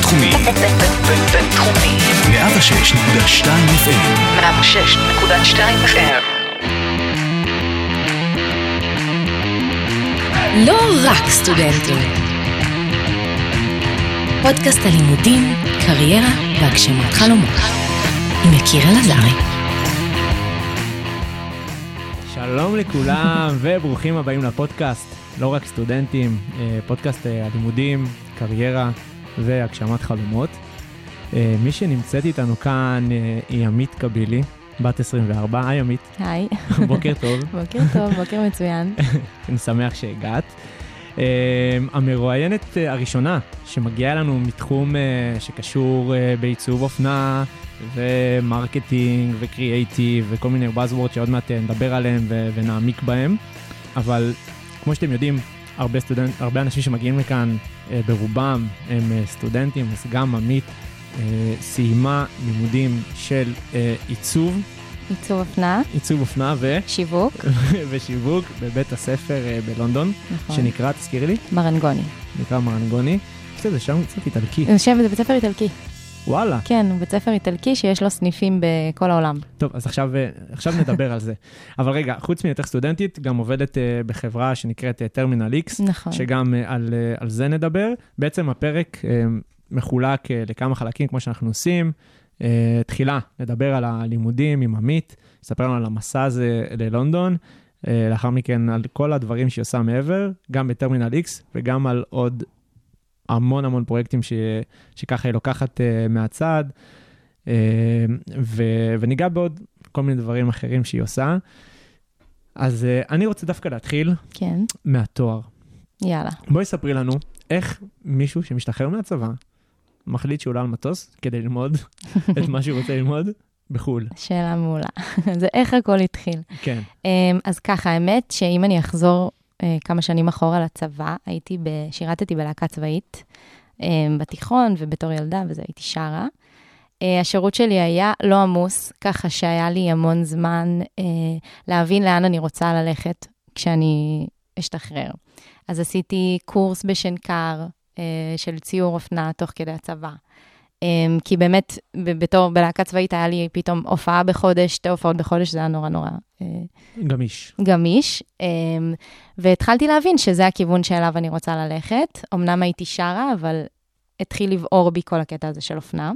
בינתחומי. בינתחומי. 106.2 FM. 106.2 FM. לא רק סטודנטים. פודקאסט הלימודים, קריירה והגשמת חלומות. עם יקיר אלעזרי. שלום לכולם וברוכים הבאים לפודקאסט, לא רק סטודנטים, פודקאסט הלימודים, קריירה והגשמת חלומות. מי שנמצאת איתנו כאן היא עמית קבילי, בת 24. היי עמית. היי. בוקר טוב. בוקר טוב, בוקר מצוין. אני שמח שהגעת. המרואיינת הראשונה שמגיעה לנו מתחום שקשור בעיצוב אופנה ומרקטינג וקריאייטיב וכל מיני buzzwords שעוד מעט נדבר עליהם ונעמיק בהם. אבל כמו שאתם יודעים, הרבה אנשים שמגיעים לכאן ברובם הם סטודנטים, אז גם עמית סיימה לימודים של עיצוב עיצוב אופנה שיווק ושיווק בבית הספר בלונדון, נכון. שנקרא, תזכירי לי? מרנגוני. נקרא מרנגוני. זה שם קצת איטלקי. זה בית ספר איטלקי. וואלה. כן, הוא בית ספר איטלקי שיש לו סניפים בכל העולם. טוב, אז עכשיו נדבר על זה. אבל רגע, חוץ מהיותך סטודנטית, גם עובדת בחברה שנקראת טרמינל איקס, נכון. שגם על זה נדבר. בעצם הפרק מחולק לכמה חלקים, כמו שאנחנו עושים. תחילה נדבר על הלימודים עם עמית, נספר לנו על המסע הזה ללונדון, לאחר מכן על כל הדברים שהיא עושה מעבר, גם בטרמינל איקס וגם על עוד המון פרויקטים שככה היא לוקחת מהצד, וניגע בעוד כל מיני דברים אחרים שהיא עושה. אז אני רוצה דווקא להתחיל כן. מהתואר. יאללה. בואי ספרי לנו איך מישהו שמשתחרר מהצבא, מחליט שהוא עולה על מטוס כדי ללמוד את מה שהוא רוצה ללמוד בחול. שאלה מעולה. זה איך הכל התחיל. כן. אז ככה, האמת שאם אני אחזור כמה שנים אחורה לצבא, שירתתי בלהקה צבאית בתיכון ובתור ילדה, וזה הייתי שרה. השירות שלי היה לא עמוס, ככה שהיה לי המון זמן להבין לאן אני רוצה ללכת כשאני אשתחרר. אז עשיתי קורס בשנקר, של ציור אופנה תוך כדי הצבא. כי באמת, בלהקה צבאית היה לי פתאום הופעה בחודש, 2 הופעות בחודש, זה היה נורא גמיש. והתחלתי להבין שזה הכיוון שאליו אני רוצה ללכת. אמנם הייתי שרה, אבל התחיל לבעור בי כל הקטע הזה של אופנה.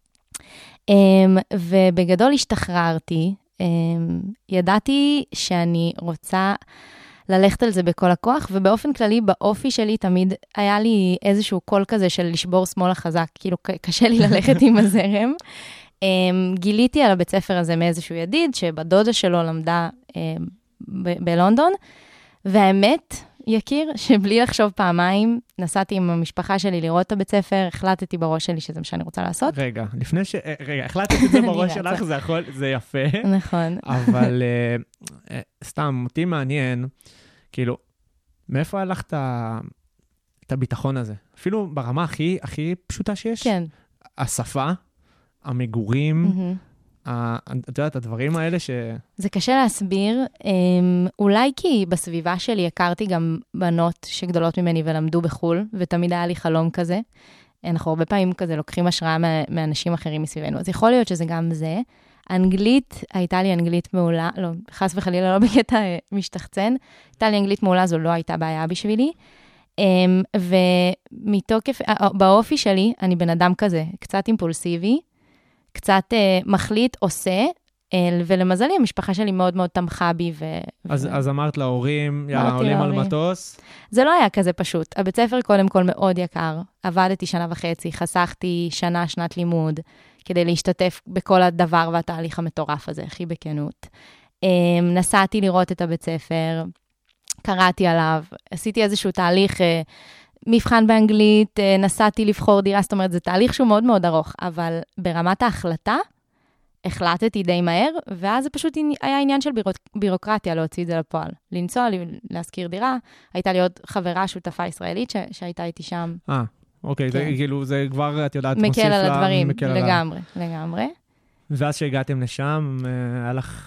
ובגדול השתחררתי. ידעתי שאני רוצה ללכת על זה בכל הכוח, ובאופן כללי, באופי שלי תמיד היה לי איזשהו קול כזה של לשבור שמאלה חזק, כאילו קשה לי ללכת עם הזרם. גיליתי על הבית ספר הזה מאיזשהו ידיד, שבדודה שלו למדה בלונדון, והאמת, יקיר, שבלי לחשוב פעמיים, נסעתי עם המשפחה שלי לראות את הבית ספר, החלטתי בראש שלי שזה מה שאני רוצה לעשות. רגע, החלטת את זה בראש שלך, זה יפה. נכון. אבל סתם, אותי מעניין, כאילו, מאיפה הלכת את הביטחון הזה? אפילו ברמה הכי פשוטה שיש? כן. השפה, המגורים, את יודעת, הדברים האלה זה קשה להסביר, אולי כי בסביבה שלי הכרתי גם בנות שגדולות ממני ולמדו בחול, ותמיד היה לי חלום כזה. אנחנו הרבה פעמים כזה לוקחים השראה מאנשים אחרים מסביבנו, אז יכול להיות שזה גם זה. אנגלית, הייתה לי אנגלית מעולה, לא, חס וחלילה לא בקטע משתחצן, הייתה לי אנגלית מעולה, זו לא הייתה בעיה בשבילי. ומתוקף, באופי שלי, אני בן אדם כזה, קצת אימפולסיבי, קצת מחליט, עושה, ולמזלי, המשפחה שלי מאוד מאוד תמכה בי. אז אמרת להורים, יאללה, עולים על מטוס? זה לא היה כזה פשוט. הבית ספר קודם כל מאוד יקר. עבדתי 1.5 שנה, חסכתי שנת לימוד, כדי להשתתף בכל הדבר והתהליך המטורף הזה, הכי בכנות. נסעתי לראות את הבית ספר, קראתי עליו, עשיתי איזשהו תהליך, מבחן באנגלית, נסעתי לבחור דירה, זאת אומרת, זה תהליך שהוא מאוד מאוד ארוך, אבל ברמת ההחלטה, החלטתי די מהר, ואז זה פשוט היה עניין של בירוקרטיה להוציא את זה לפועל. לנסוע, להזכיר דירה, הייתה לי עוד חברה, שותפה ישראלית, שהייתה איתי שם. אוקיי, זה כאילו, זה כבר, את יודעת, מקל על הדברים, לגמרי. ואז שהגעתם לשם, היה לך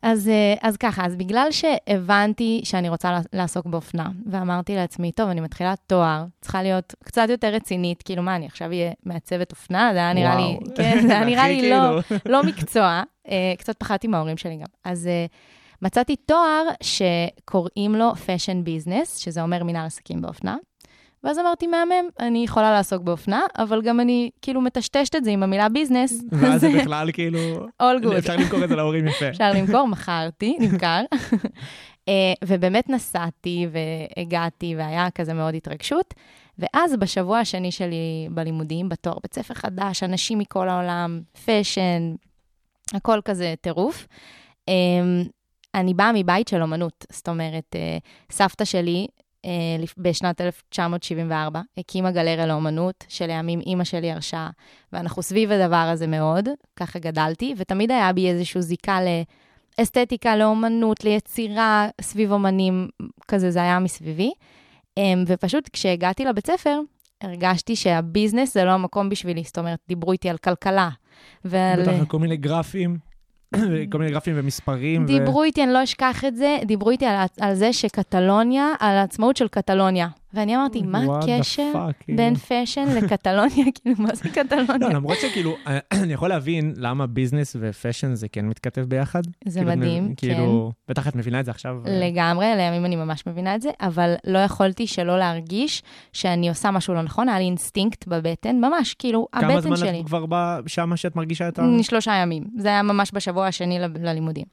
אז ככה, אז בגלל שהבנתי שאני רוצה לעסוק באופנה, ואמרתי לעצמי, טוב, אני מתחילה תואר, צריכה להיות קצת יותר רצינית, כאילו מה, אני עכשיו אהיה מעצבת אופנה, זה היה נראה לי, כן, זה היה נראה לי לא מקצוע, קצת פחדתי מההורים שלי גם. אז מצאתי תואר שקוראים לו Fashion Business, שזה אומר מנהל עסקים באופנה, ואז אמרתי, מהמם, אני יכולה לעסוק באופנה, אבל גם אני כאילו מטשטשת את זה עם המילה ביזנס. ואז זה בכלל כאילו... all good. אפשר למכור את זה להורים יפה. אפשר למכור, מכרתי, נמכר. ובאמת נסעתי והגעתי, והיה כזה מאוד התרגשות. ואז בשבוע השני שלי בלימודים, בתואר בית ספר חדש, אנשים מכל העולם, פשן, הכל כזה טירוף. אני באה מבית של אומנות, זאת אומרת, סבתא שלי, בשנת 1974, הקימה גלריה לאומנות, שלימים אמא שלי הרשה, ואנחנו סביב הדבר הזה מאוד, ככה גדלתי, ותמיד היה בי איזושהי זיקה לאסתטיקה, לאומנות, ליצירה, סביב אומנים, כזה זה היה מסביבי, ופשוט כשהגעתי לבית ספר, הרגשתי שהביזנס זה לא המקום בשבילי, זאת אומרת, דיברו איתי על כלכלה, בטח כל מיני גרפים. כל מיני גרפים ומספרים. דיברו איתי, אני לא אשכח את זה, דיברו איתי על זה שקטלוניה, על העצמאות של קטלוניה. ואני אמרתי, מה הקשר בין פשן לקטלוניה? כאילו, מה זה קטלוניה? לא, למרות שכאילו, אני יכול להבין למה ביזנס ופשן זה כן מתכתב ביחד. זה מדהים, כן. כאילו, בטח את מבינה את זה עכשיו. לגמרי, לימים אני ממש מבינה את זה, אבל לא יכולתי שלא להרגיש שאני עושה משהו לא נכון, היה לי אינסטינקט בבטן, ממש, כאילו, הבטן שלי. כמה זמן את כבר בשמה שאת מרגישה את 3 ימים. זה היה ממש בשבוע השני ללימודים.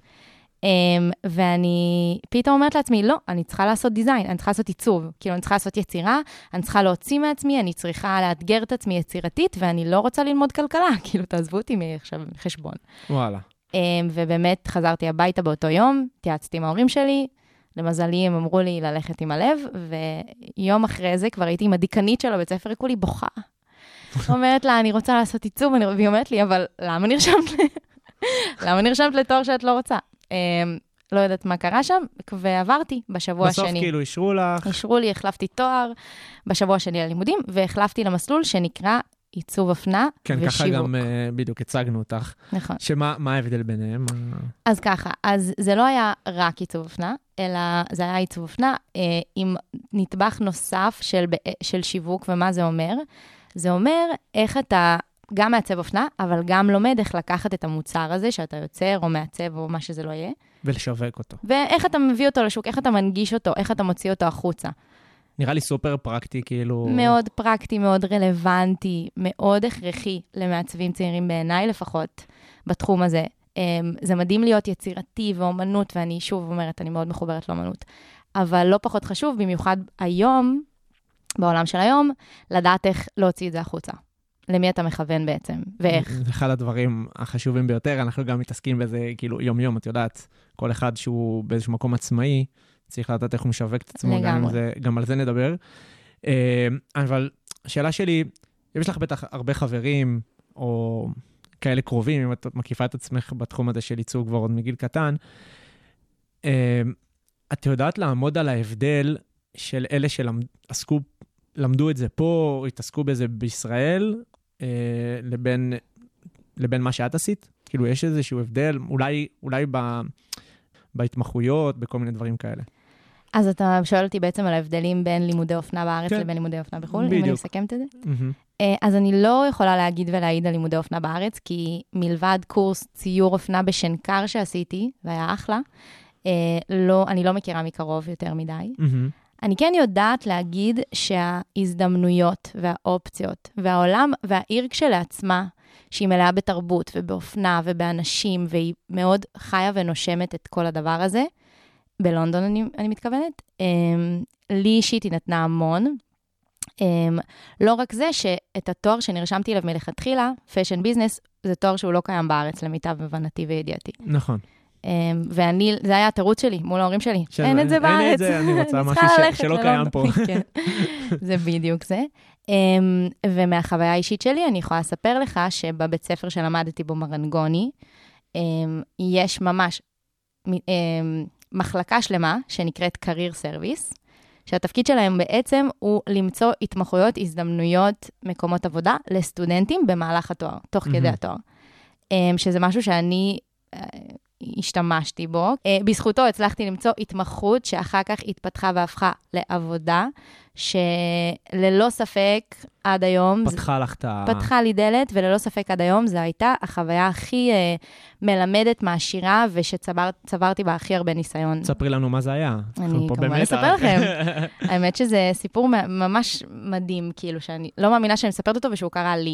ואני פתאום אומרת לעצמי, לא, אני צריכה לעשות דיזיין, אני צריכה לעשות עיצוב, כאילו אני צריכה לעשות יצירה, אני צריכה להוציא מעצמי, אני צריכה לאתגר את עצמי יצירתית, ואני לא רוצה ללמוד כלכלה, כאילו תעזבו אותי מעכשיו חשבון. וואלה. ובאמת חזרתי הביתה באותו יום, תייעצתי עם ההורים שלי, למזלי הם אמרו לי ללכת עם הלב, ויום אחרי זה כבר הייתי עם הדיקנית של הבית ספר, כולי בוכה. אומרת לה, אני רוצה לעשות עיצוב, והיא אומרת לי, אבל למה נרשמת לתואר שאת לא רוצה? לא יודעת מה קרה שם, ועברתי בשבוע השני. בסוף כאילו אישרו לך? אישרו לי, החלפתי תואר בשבוע השני ללימודים, והחלפתי למסלול שנקרא עיצוב אופנה ושיווק. כן, ככה גם בדיוק הצגנו אותך. נכון. מה ההבדל ביניהם? אז ככה, אז זה לא היה רק עיצוב אופנה, אלא זה היה עיצוב אופנה עם נטבח נוסף של שיווק, ומה זה אומר? זה אומר איך אתה גם מעצב אופנה, אבל גם לומד איך לקחת את המוצר הזה שאתה יוצר או מעצב או מה שזה לא יהיה. ולשווק אותו. ואיך אתה מביא אותו לשוק, איך אתה מנגיש אותו, איך אתה מוציא אותו החוצה. נראה לי סופר פרקטי, כאילו... מאוד פרקטי, מאוד רלוונטי, מאוד הכרחי למעצבים צעירים בעיניי לפחות, בתחום הזה. זה מדהים להיות יצירתי ואומנות, ואני שוב אומרת, אני מאוד מחוברת לאומנות. אבל לא פחות חשוב, במיוחד היום, בעולם של היום, לדעת איך להוציא את זה החוצה. למי אתה מכוון בעצם, ואיך. זה אחד הדברים החשובים ביותר, אנחנו גם מתעסקים בזה, כאילו, יום-יום, את יודעת, כל אחד שהוא באיזשהו מקום עצמאי, צריך לדעת איך הוא משווק את עצמו, גם על זה נדבר. אבל השאלה שלי, יש לך בטח הרבה חברים, או כאלה קרובים, אם את מקיפה את עצמך בתחום הזה של ייצוג כבר עוד מגיל קטן, את יודעת לעמוד על ההבדל של אלה למדו את זה פה, או התעסקו בזה בישראל, לבין מה שאת עשית? כאילו, יש איזשהו הבדל, אולי בהתמחויות, בכל מיני דברים כאלה. אז אתה שואל אותי בעצם על ההבדלים בין לימודי אופנה בארץ לבין לימודי אופנה בחו"ל, אם אני מסכמת את זה? אז אני לא יכולה להגיד ולהעיד על לימודי אופנה בארץ, כי מלבד קורס ציור אופנה בשנקר שעשיתי, והיה אחלה, אני לא מכירה מקרוב יותר מדי. אני כן יודעת להגיד שההזדמנויות והאופציות והעולם והעיר כשלעצמה, שהיא מלאה בתרבות ובאופנה ובאנשים, והיא מאוד חיה ונושמת את כל הדבר הזה, בלונדון אני מתכוונת, לי אישית היא נתנה המון. לא רק זה שאת התואר שנרשמתי אליו מלכתחילה, Fashion Business, זה תואר שהוא לא קיים בארץ למיטב הבנתי וידיעתי. נכון. ואני, זה היה התירוץ שלי, מול ההורים שלי. אין את זה בארץ. אין את זה, אני רוצה משהו שלא קיים פה. זה בדיוק זה. ומהחוויה האישית שלי, אני יכולה לספר לך שבבית ספר שלמדתי בו מרנגוני, יש ממש מחלקה שלמה שנקראת Career Service, שהתפקיד שלהם בעצם הוא למצוא התמחויות, הזדמנויות, מקומות עבודה לסטודנטים במהלך התואר, תוך כדי התואר. שזה משהו שאני השתמשתי בו. בזכותו הצלחתי למצוא התמחות שאחר כך התפתחה והפכה לעבודה, שללא ספק עד היום... פתחה לי דלת, וללא ספק עד היום זו הייתה החוויה הכי מלמדת, מעשירה, ושצברתי בה הכי הרבה ניסיון. תספרי לנו מה זה היה. אני כמובן אספר לכם. האמת שזה סיפור ממש מדהים, כאילו שאני לא מאמינה שאני מספרת אותו ושהוא קרה לי.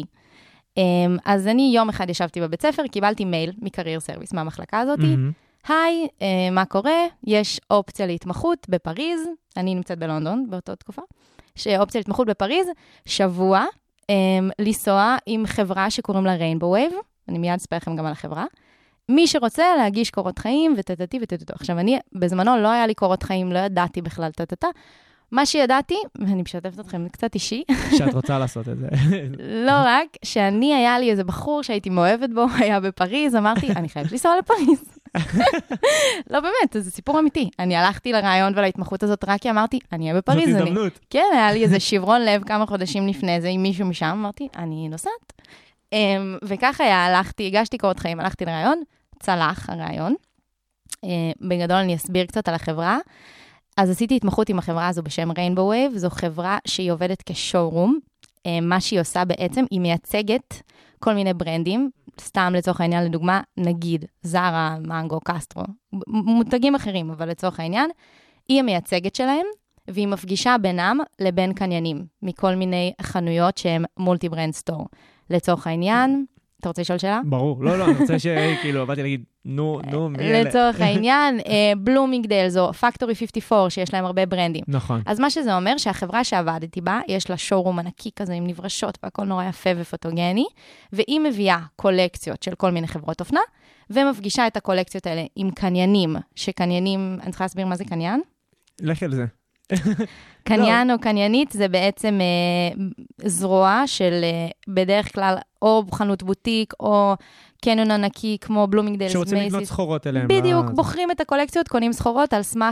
אז אני יום אחד ישבתי בבית ספר, קיבלתי מייל מקרייר סרוויס מהמחלקה הזאת. היי, מה קורה? יש אופציה להתמחות בפריז, אני נמצאת בלונדון באותה תקופה, שאופציה להתמחות בפריז, שבוע, לנסוע עם חברה שקוראים לה ריינבו וייב, אני מיד אספר לכם גם על החברה, מי שרוצה להגיש קורות חיים ותתתי ותתתו. עכשיו, אני בזמנו לא היה לי קורות חיים, לא ידעתי בכלל תתתה, מה שידעתי, ואני משתפת אתכם קצת אישי. שאת רוצה לעשות את זה. לא רק, שאני היה לי איזה בחור שהייתי מאוהבת בו, היה בפריז, אמרתי, אני חייבת לנסוע לפריז. לא באמת, זה סיפור אמיתי. אני הלכתי לרעיון ולהתמחות הזאת רק כי אמרתי, אני אהיה בפריז. זאת הזדמנות. כן, היה לי איזה שברון לב כמה חודשים לפני זה עם מישהו משם, אמרתי, אני נוסעת. וככה היה, הגשתי קורות חיים, הלכתי לרעיון, צלח הרעיון. בגדול אני אסביר קצת על החברה. אז עשיתי התמחות עם החברה הזו בשם ריינבו וייב, זו חברה שהיא עובדת כשואורום, מה שהיא עושה בעצם, היא מייצגת כל מיני ברנדים, סתם לצורך העניין, לדוגמה, נגיד, זרה, מנגו, קסטרו, מותגים אחרים, אבל לצורך העניין, היא המייצגת שלהם, והיא מפגישה בינם לבין קניינים, מכל מיני חנויות שהן מולטי ברנד סטור. לצורך העניין, אתה רוצה לשאול שאלה? ברור, לא, אני רוצה שכאילו, באתי להגיד, נו, מי אלה? לצורך העניין, בלומינגדל, זו פקטורי 54, שיש להם הרבה ברנדים. נכון. אז מה שזה אומר, שהחברה שעבדתי בה, יש לה שורום ענקי כזה עם נברשות, והכל נורא יפה ופוטוגני, והיא מביאה קולקציות של כל מיני חברות אופנה, ומפגישה את הקולקציות האלה עם קניינים, שקניינים, אני צריכה להסביר מה זה קניין? לכי על זה. קניין או קניינית זה בעצם זרוע של בדרך כלל או חנות בוטיק או קניון ענקי כמו בלומינגדל. שרוצים לקנות סחורות אליהם. בדיוק, בוחרים את הקולקציות, קונים סחורות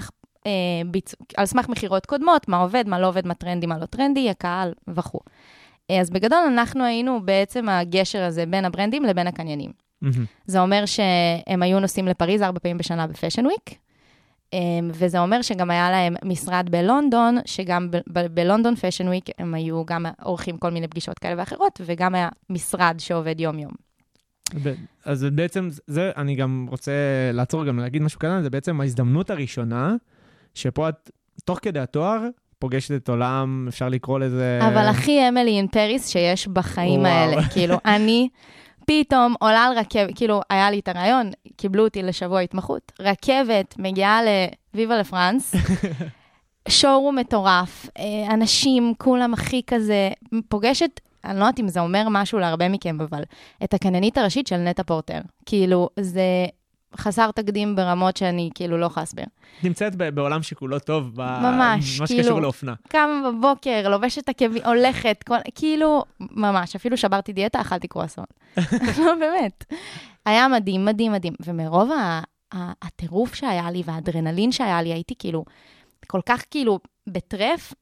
על סמך מחירות קודמות, מה עובד, מה לא עובד, מה טרנדי, מה לא טרנדי, הקהל וכו'. אז בגדול אנחנו היינו בעצם הגשר הזה בין הברנדים לבין הקניינים. זה אומר שהם היו נוסעים לפריז 4 פעמים בשנה בפשן וויק, וזה אומר שגם היה להם משרד בלונדון, שגם בלונדון פשן וויק הם היו גם עורכים כל מיני פגישות כאלה ואחרות, וגם היה משרד שעובד יום-יום. אז בעצם זה, אני גם רוצה לעצור גם להגיד משהו קטן, זה בעצם ההזדמנות הראשונה, שפה את תוך כדי התואר, פוגשת את עולם, אפשר לקרוא לזה... אבל הכי אמילי אין פריס שיש בחיים האלה, כאילו אני... פתאום עולה על רכבת, כאילו, היה לי את הרעיון, קיבלו אותי לשבוע התמחות, רכבת מגיעה לויבה לפרנס, שורום מטורף, אנשים, כולם הכי כזה, פוגשת, אני לא יודעת אם זה אומר משהו להרבה מכם, אבל את הקניינית הראשית של נטה פורטר, כאילו, זה חסר תקדים ברמות שאני כאילו לא יכולה להסביר. נמצאת בעולם שכולו טוב, ממש, מה שקשור לאופנה. קמה בבוקר, לובשת עקבי, הולכת, כאילו, ממש, אפילו שברתי דיאטה, אכלתי קרואסון. לא, באמת. היה מדהים, מדהים, מדהים. ומרוב הטירוף שהיה לי והאדרנלין שהיה לי, הייתי כאילו, כל כך כאילו בטרף,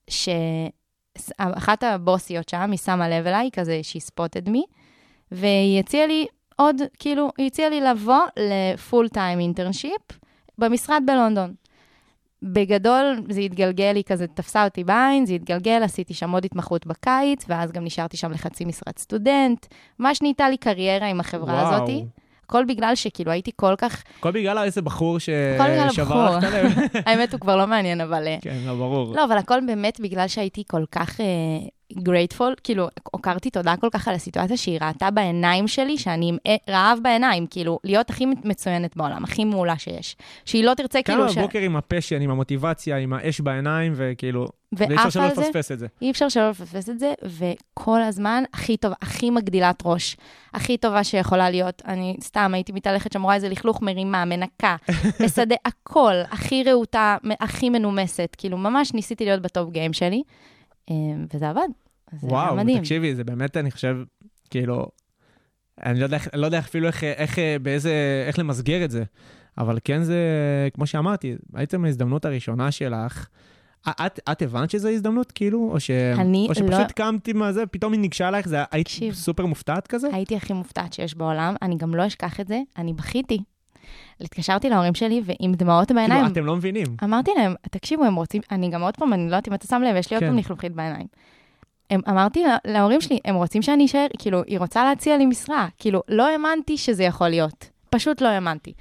שאחת הבוסיות שם, היא שמה לב אליי, כזה שהיא spotted me, והיא הציעה לי עוד, כאילו, היא הציעה לי לבוא לפול טיים אינטרנשיפ במשרד בלונדון. בגדול, זה התגלגל לי כזה, תפסה אותי בעין, זה התגלגל, עשיתי שם עוד התמחות בקיץ, ואז גם נשארתי שם לחצי משרד סטודנט. ממש נהייתה לי קריירה עם החברה הזאת. הכל בגלל שכאילו הייתי כל כך... הכל בגלל איזה בחור ששבר לך לב. האמת הוא כבר לא מעניין, אבל... כן, לא, ברור. לא, אבל הכל באמת בגלל שהייתי כל כך grateful, כאילו, הוקרתי תודה כל כך על הסיטואציה שהיא ראתה בעיניים שלי, שאני עם רעב בעיניים, כאילו, להיות הכי מצוינת בעולם, הכי מעולה שיש. שהיא לא תרצה כאילו... כמה בבוקר עם הפשן, עם המוטיבציה, עם האש בעיניים, וכאילו... ואי אפשר שלא לפספס את זה. אי אפשר שלא לפספס את זה, וכל הזמן הכי טוב, הכי מגדילת ראש, הכי טובה שיכולה להיות. אני סתם הייתי מתהלכת שם, רואה איזה לכלוך מרימה, מנקה, מסדה הכל, הכי רעותה, הכי מנומסת. כאילו, ממש ניסיתי להיות בטופ גיים שלי, וזה עבד. וואו, תקשיבי, זה באמת, אני חושב, כאילו, אני לא יודע אפילו איך למסגר את זה, אבל כן זה, כמו שאמרתי, בעצם ההזדמנות הראשונה שלך, את הבנת שזו הזדמנות, כאילו? או שפשוט קמתי מהזה, פתאום היא ניגשה עלייך, היית סופר מופתעת כזה? הייתי הכי מופתעת שיש בעולם, אני גם לא אשכח את זה, אני בכיתי. התקשרתי להורים שלי, ועם דמעות בעיניים. כאילו, אתם לא מבינים. אמרתי להם, תקשיבו, הם רוצים, אני גם עוד פעם, אני לא יודעת אם אתה שם לב, יש לי עוד פעם לכלוכית בעיניים. אמרתי להורים שלי, הם רוצים שאני אשאר, כאילו, היא רוצה להציע לי משרה. כאילו, לא האמנתי שזה יכול להיות. פשוט לא האמנתי.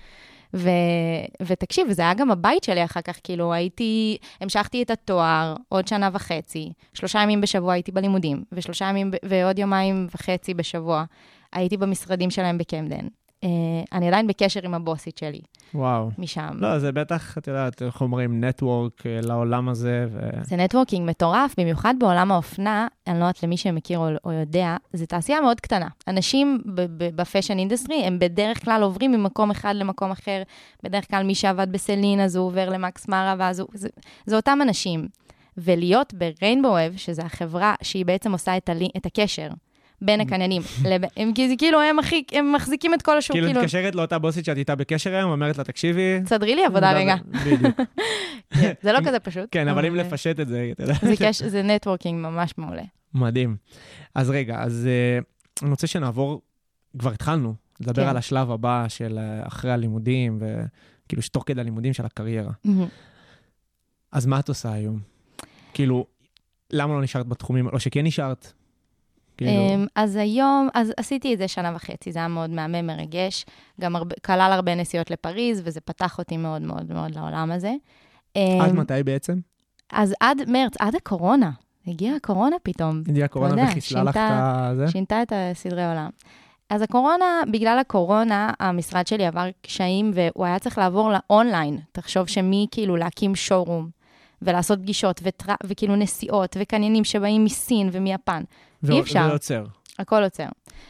ותקשיב, זה היה גם הבית שלי אחר כך, כאילו, המשכתי את התואר עוד 1.5 שנה, 3 ימים בשבוע הייתי בלימודים, ועוד 1.5 ימים בשבוע הייתי במשרדים שלהם בקמדן. אני עדיין בקשר עם הבוסית שלי. וואו. משם. לא, זה בטח, את יודעת, איך אומרים, נטוורק לעולם הזה. זה נטוורקינג מטורף, במיוחד בעולם האופנה, אני לא יודעת למי שמכיר או יודע, זה תעשייה מאוד קטנה. אנשים בפשן אינדסטרי, הם בדרך כלל עוברים ממקום אחד למקום אחר, בדרך כלל מי שעבד בסלין, אז הוא עובר למקס מרה, ואז זה אותם אנשים. ולהיות בריינבו ווב, שזו החברה שהיא בעצם עושה את הקשר, בין הקניינים, כאילו הם מחזיקים את כל השוק. כאילו מתקשרת לאותה בוסית שאת איתה בקשר היום, אומרת לה, תקשיבי. תסדרי לי עבודה רגע. בדיוק. זה לא כזה פשוט. כן, אבל אם לפשט את זה, זה נטוורקינג ממש מעולה. מדהים. אז רגע, אז אני רוצה שנעבור, כבר התחלנו, לדבר על השלב הבא של אחרי הלימודים, וכאילו שתוך כדי הלימודים של הקריירה. אז מה את עושה היום? כאילו, למה לא נשארת בתחומים, או שכן נשארת? אז היום, אז עשיתי את זה 1.5 שנה, זה היה מאוד מהמם, מרגש, גם כלל הרבה נסיעות לפריז, וזה פתח אותי מאוד מאוד מאוד לעולם הזה. עד מתי בעצם? אז עד מרץ, עד הקורונה, הגיעה הקורונה פתאום. הגיעה הקורונה וחיסלה לך את זה? שינתה את סדרי העולם. אז הקורונה, בגלל הקורונה, המשרד שלי עבר קשיים, והוא היה צריך לעבור לאונליין, תחשוב שמי כאילו להקים שורום, ולעשות פגישות, וכאילו נסיעות, וקניינים שבאים מסין ומיפן. אי אפשר. זה עוצר. הכל עוצר.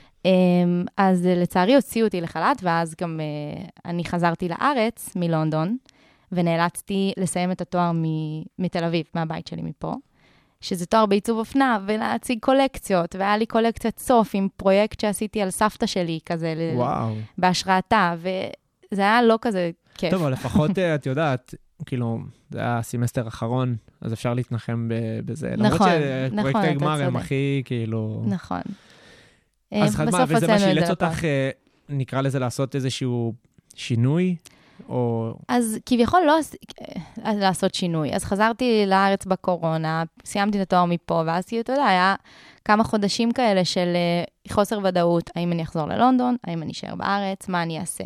אז לצערי הוציאו אותי לחל"ת, ואז גם אני חזרתי לארץ מלונדון, ונאלצתי לסיים את התואר מתל אביב, מהבית שלי מפה, שזה תואר בעיצוב אופנה, ולהציג קולקציות, והיה לי קולקציית סוף עם פרויקט שעשיתי על סבתא שלי, כזה, בהשראתה, וזה היה לא כזה כיף. טוב, אבל לפחות את יודעת, כאילו, זה היה הסמסטר האחרון, אז אפשר להתנחם בזה. נכון, למרות שפרויקט הגמר הם הכי, כאילו... נכון. אז חדמה, וזה מה שאילץ אותך, נקרא לזה לעשות איזשהו שינוי, או... אז כביכול לא לעשות שינוי. אז חזרתי לארץ בקורונה, סיימתי את התואר מפה, ואז אתה יודע, היה כמה חודשים כאלה של חוסר ודאות, האם אני אחזור ללונדון, האם אני אשאר בארץ, מה אני אעשה.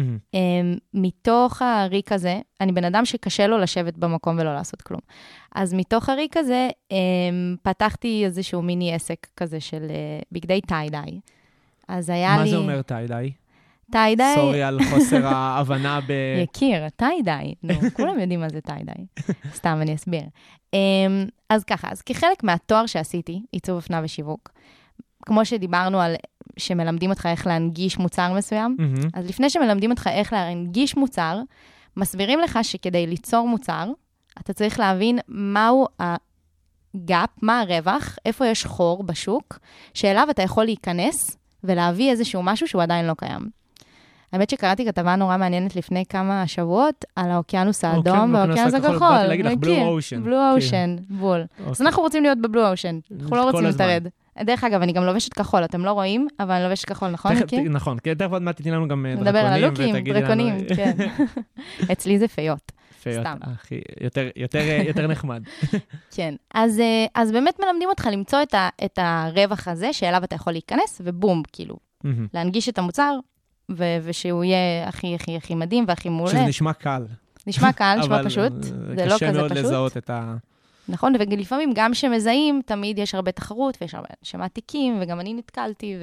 מתוך הריק הזה, אני בן אדם שקשה לו לשבת במקום ולא לעשות כלום. אז מתוך הריק הזה, פתחתי איזשהו מיני עסק כזה של בגדי טיידיי. אז היה לי... מה זה אומר טיידיי? טיידיי... סורי על חוסר ההבנה ב... יקיר, טיידיי. נו, כולם יודעים מה זה טיידיי. סתם, אני אסביר. אז ככה, אז כחלק מהתואר שעשיתי, עיצוב אופנה ושיווק, כמו שדיברנו על שמלמדים אותך איך להנגיש מוצר מסוים, אז לפני שמלמדים אותך איך להנגיש מוצר, מסבירים לך שכדי ליצור מוצר, אתה צריך להבין מהו הגאפ, מה הרווח, איפה יש חור בשוק, שאליו אתה יכול להיכנס ולהביא איזשהו משהו שהוא עדיין לא קיים. האמת שקראתי כתבה נורא מעניינת לפני כמה שבועות על האוקיינוס האדום והאוקיינוס הכחול. באתי להגיד לך, בלו אושן. בלו אושן, בול. אז אנחנו רוצים להיות בבלו אושן, אנחנו לא רוצים לתרד. דרך אגב, אני גם לובשת כחול, אתם לא רואים, אבל אני לובשת כחול, נכון? נכון, כי תכף עוד מעט תתני לנו גם נדבר על הלוקים, דרקונים, כן. אצלי זה פיות. פיות, יותר נחמד. כן, אז באמת מלמדים אותך למצוא את הרווח הזה, שאליו אתה יכול להיכנס, ובום, כאילו, להנגיש את המוצר, ושהוא יהיה הכי הכי הכי מדהים והכי מעולה. שזה נשמע קל. נשמע קל, נשמע פשוט. זה לא כזה פשוט. קשה מאוד לזהות את ה... נכון, ולפעמים גם שמזהים, תמיד יש הרבה תחרות, ויש הרבה שמעתיקים, וגם אני נתקלתי.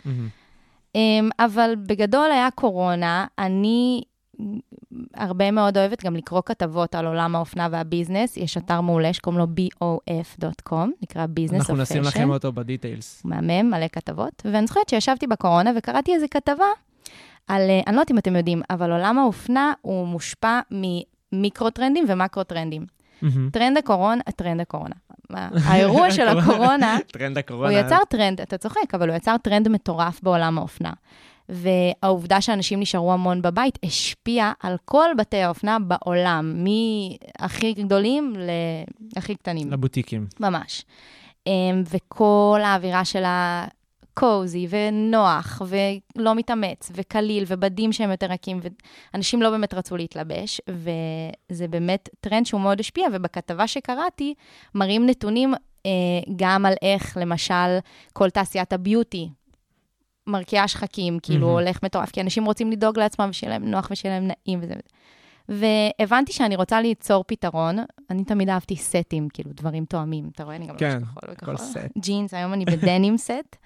אבל בגדול היה קורונה, אני הרבה מאוד אוהבת גם לקרוא כתבות על עולם האופנה והביזנס. יש אתר מעולה שקוראים לו bof.com, נקרא Business of Fashion. אנחנו נשים לכם אותו בדיטיילס. מהמם, מלא כתבות. ואני זוכרת שישבתי בקורונה וקראתי איזו כתבה על, אני לא יודעת אם אתם יודעים, אבל עולם האופנה הוא מושפע ממיקרו-טרנדים ומקרו-טרנדים. טרנד הקורונה. האירוע של הקורונה, הוא יצר טרנד, אתה צוחק, אבל הוא יצר טרנד מטורף בעולם האופנה. והעובדה שאנשים נשארו המון בבית, השפיעה על כל בתי האופנה בעולם, מהכי גדולים להכי קטנים. לבוטיקים. ממש. וכל האווירה של קוזי ונוח ולא מתאמץ וקליל ובדים שהם יותר רכים, ואנשים לא באמת רצו להתלבש, וזה באמת טרנד שהוא מאוד השפיע, ובכתבה שקראתי מראים נתונים גם על איך, למשל, כל תעשיית הביוטי, מרקיעה שחקים, כאילו הולך מטורף, כי אנשים רוצים לדאוג לעצמם ושיהיה להם נוח ושיהיה להם נעים וזה. והבנתי שאני רוצה ליצור פתרון, אני תמיד אהבתי סטים, כאילו דברים תואמים, אתה רואה? אני גם כן, לא כל סט. ג'ינס, היום אני בדנים סט,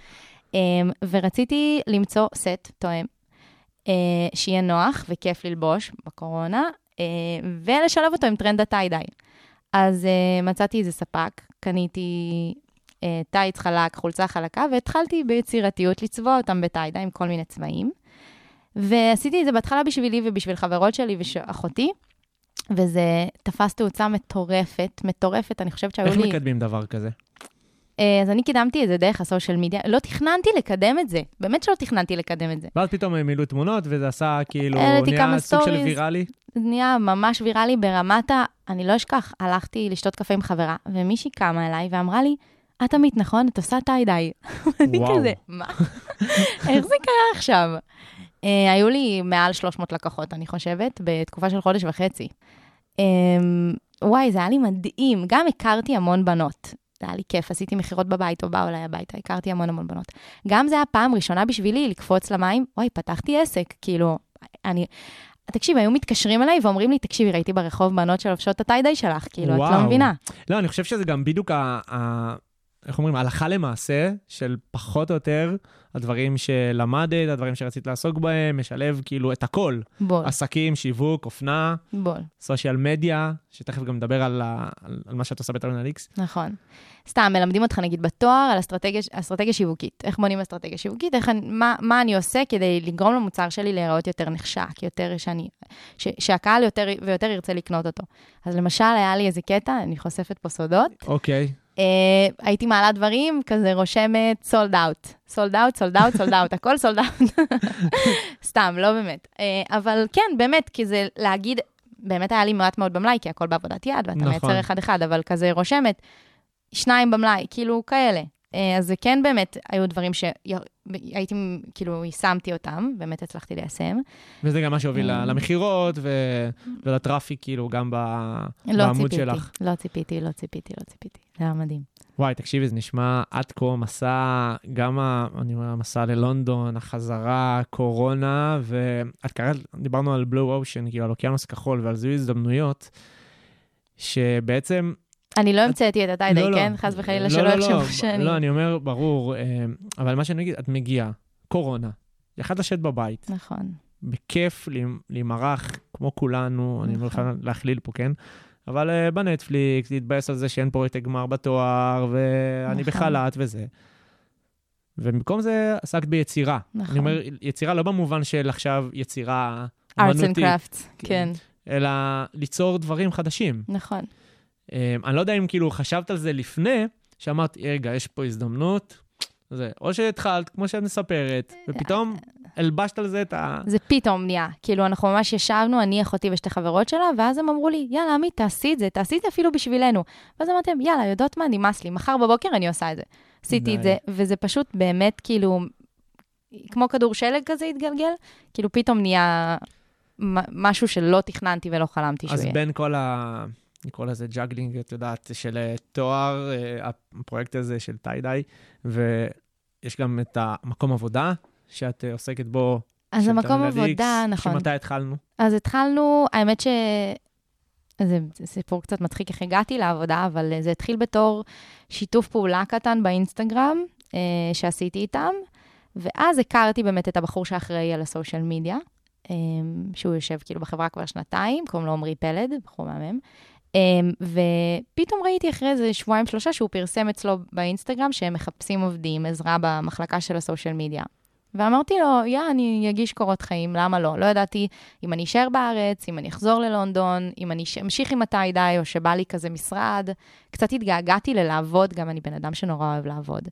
ורציתי למצוא סט תואם, שיהיה נוח וכיף ללבוש בקורונה, ולשלב אותו עם טרנד הטיידיי. אז מצאתי איזה ספק, קניתי טייץ חלק, חולצה חלקה, והתחלתי ביצירתיות לצבוע אותם בטיידיי עם כל מיני צבעים. ועשיתי את זה בהתחלה בשבילי ובשביל חברות שלי ואחותי, וזה תפס תאוצה מטורפת, אני חושבת שהיו לי... איך מקדמים דבר כזה? אז אני קידמתי את זה דרך הסושיאל מדיה, לא תכננתי לקדם את זה, באמת שלא תכננתי לקדם את זה. ואז פתאום הם מילאו תמונות, וזה עשה כאילו, נהיה סוג של ויראלי? זה נהיה ממש ויראלי ברמת אני לא אשכח, הלכתי לשתות קפה עם חברה, ומישהי קמה אליי ואמרה לי, את עמית, נכון? את עושה טיידיי. אני כזה, מה? איך זה קרה עכשיו? היו לי מעל 300 לקוחות, אני חושבת, בתקופה של חודש וחצי. וואי, זה היה לי מדהים. גם הכרתי המון בנות. זה היה לי כיף, עשיתי מחירות בבית, או באו אליי הביתה, הכרתי המון בנות. גם זה היה פעם ראשונה בשבילי לקפוץ למים, וואי, פתחתי עסק, כאילו, תקשיב, היו מתקשרים אליי ואומרים לי, תקשיבי, ראיתי ברחוב בנות שלובשות את הטיידיי שלך, כאילו, את לא מבינה. לא, אני חושב שזה גם בדיוק איך אומרים, הלכה למעשה של פחות או יותר הדברים שלמדת, הדברים שרצית לעסוק בהם, משלב כאילו את הכל. בול. עסקים, שיווק, אופנה, בול. סושיאל מדיה, שתכף גם נדבר על מה שאת עושה בטרמינליקס. נכון. סתם, מלמדים אותך נגיד בתואר על אסטרטגיה שיווקית. איך בונים אסטרטגיה שיווקית? מה אני עושה כדי לגרום למוצר שלי להיראות יותר נחשק, יותר שהקהל יותר ויותר ירצה לקנות אותו. אז למשל, היה לי איזה קטע, אני חושפת פה סודות. אוקיי. הייתי מעלה דברים, כזה רושמת סולד אאוט, הכל סולד אאוט. סתם, לא באמת. אבל כן, באמת, כי זה להגיד, באמת היה לי מעט מאוד במלאי, כי הכל בעבודת יד, ואתה מייצר אחד, אבל כזה רושמת, 2 במלאי, כאילו כאלה. אז זה כן באמת היו דברים שהייתי, כאילו, יישמתי אותם, באמת הצלחתי ליישם. וזה גם מה שהוביל למחירות ולטראפיק, כאילו, גם בעמוד שלך. לא ציפיתי. זה היה מדהים. וואי, תקשיבי, זה נשמע עד כה מסע, גם המסע ללונדון, החזרה, קורונה, ואת קראת, דיברנו על בלו אושן, כאילו, על אוקיינוס כחול, ועל זיהוי הזדמנויות, שבעצם... אני לא המצאתי את הטיידיי, כן? חס וחלילה שלא יחשבו שאני... לא, אני אומר, ברור, אבל מה שאני אגיד, את מגיעה, קורונה, יכולת לשבת בבית. נכון. בכיף להימרח, כמו כולנו, אני לא יכול להכליל פה, כן? אבל בנטפליקס, להתבאס על זה שאין פה את הגמר בתואר, ואני בחל"ת וזה. ובמקום זה עסקת ביצירה. אני אומר, יצירה לא במובן של עכשיו יצירה אומנותית. Arts and crafts, כן. אלא ליצור דברים חדשים. נכון. אני לא יודע אם כאילו חשבת על זה לפני, שאמרת, רגע, יש פה הזדמנות, או שהתחלת, כמו שאת מספרת, ופתאום הלבשת על זה את זה פתאום נהיה. כאילו, אנחנו ממש ישבנו, אני, אחותי ושתי חברות שלה, ואז הם אמרו לי, יאללה, עמית, תעשי את זה אפילו בשבילנו. ואז אמרתם, יאללה, יודעות מה, נמאס לי, מחר בבוקר אני עושה את זה. עשיתי את זה, וזה פשוט באמת, כאילו, כמו כדור שלג כזה התגלגל, כאילו, פתאום נהיה משהו שלא תכננתי ולא חלמתי שהוא יהיה. אז בין כל נקרא לזה ג'אגלינג, את יודעת, של תואר, הפרויקט הזה של טיידיי, ויש גם את המקום עבודה, שאת עוסקת בו. אז המקום עבודה, נכון. שמתי התחלנו? אז התחלנו, האמת זה סיפור קצת מצחיק איך הגעתי לעבודה, אבל זה התחיל בתור שיתוף פעולה קטן באינסטגרם, שעשיתי איתם, ואז הכרתי באמת את הבחור שאחראי על הסושיאל מדיה, שהוא יושב כאילו בחברה כבר 2, קוראים לו עמרי פלד, בחור מהמם, ופתאום ראיתי אחרי איזה 2-3 שהוא פרסם אצלו באינסטגרם שהם מחפשים עובדים, עזרה במחלקה של הסושיאל מדיה. ואמרתי לו, אני אגיש קורות חיים, למה לא? לא ידעתי אם אני אשאר בארץ, אם אני אחזור ללונדון, אם אני אמשיך עם הטיידיי, או שבא לי כזה משרד. קצת התגעגעתי ללעבוד, גם אני בן אדם שנורא אוהב לעבוד.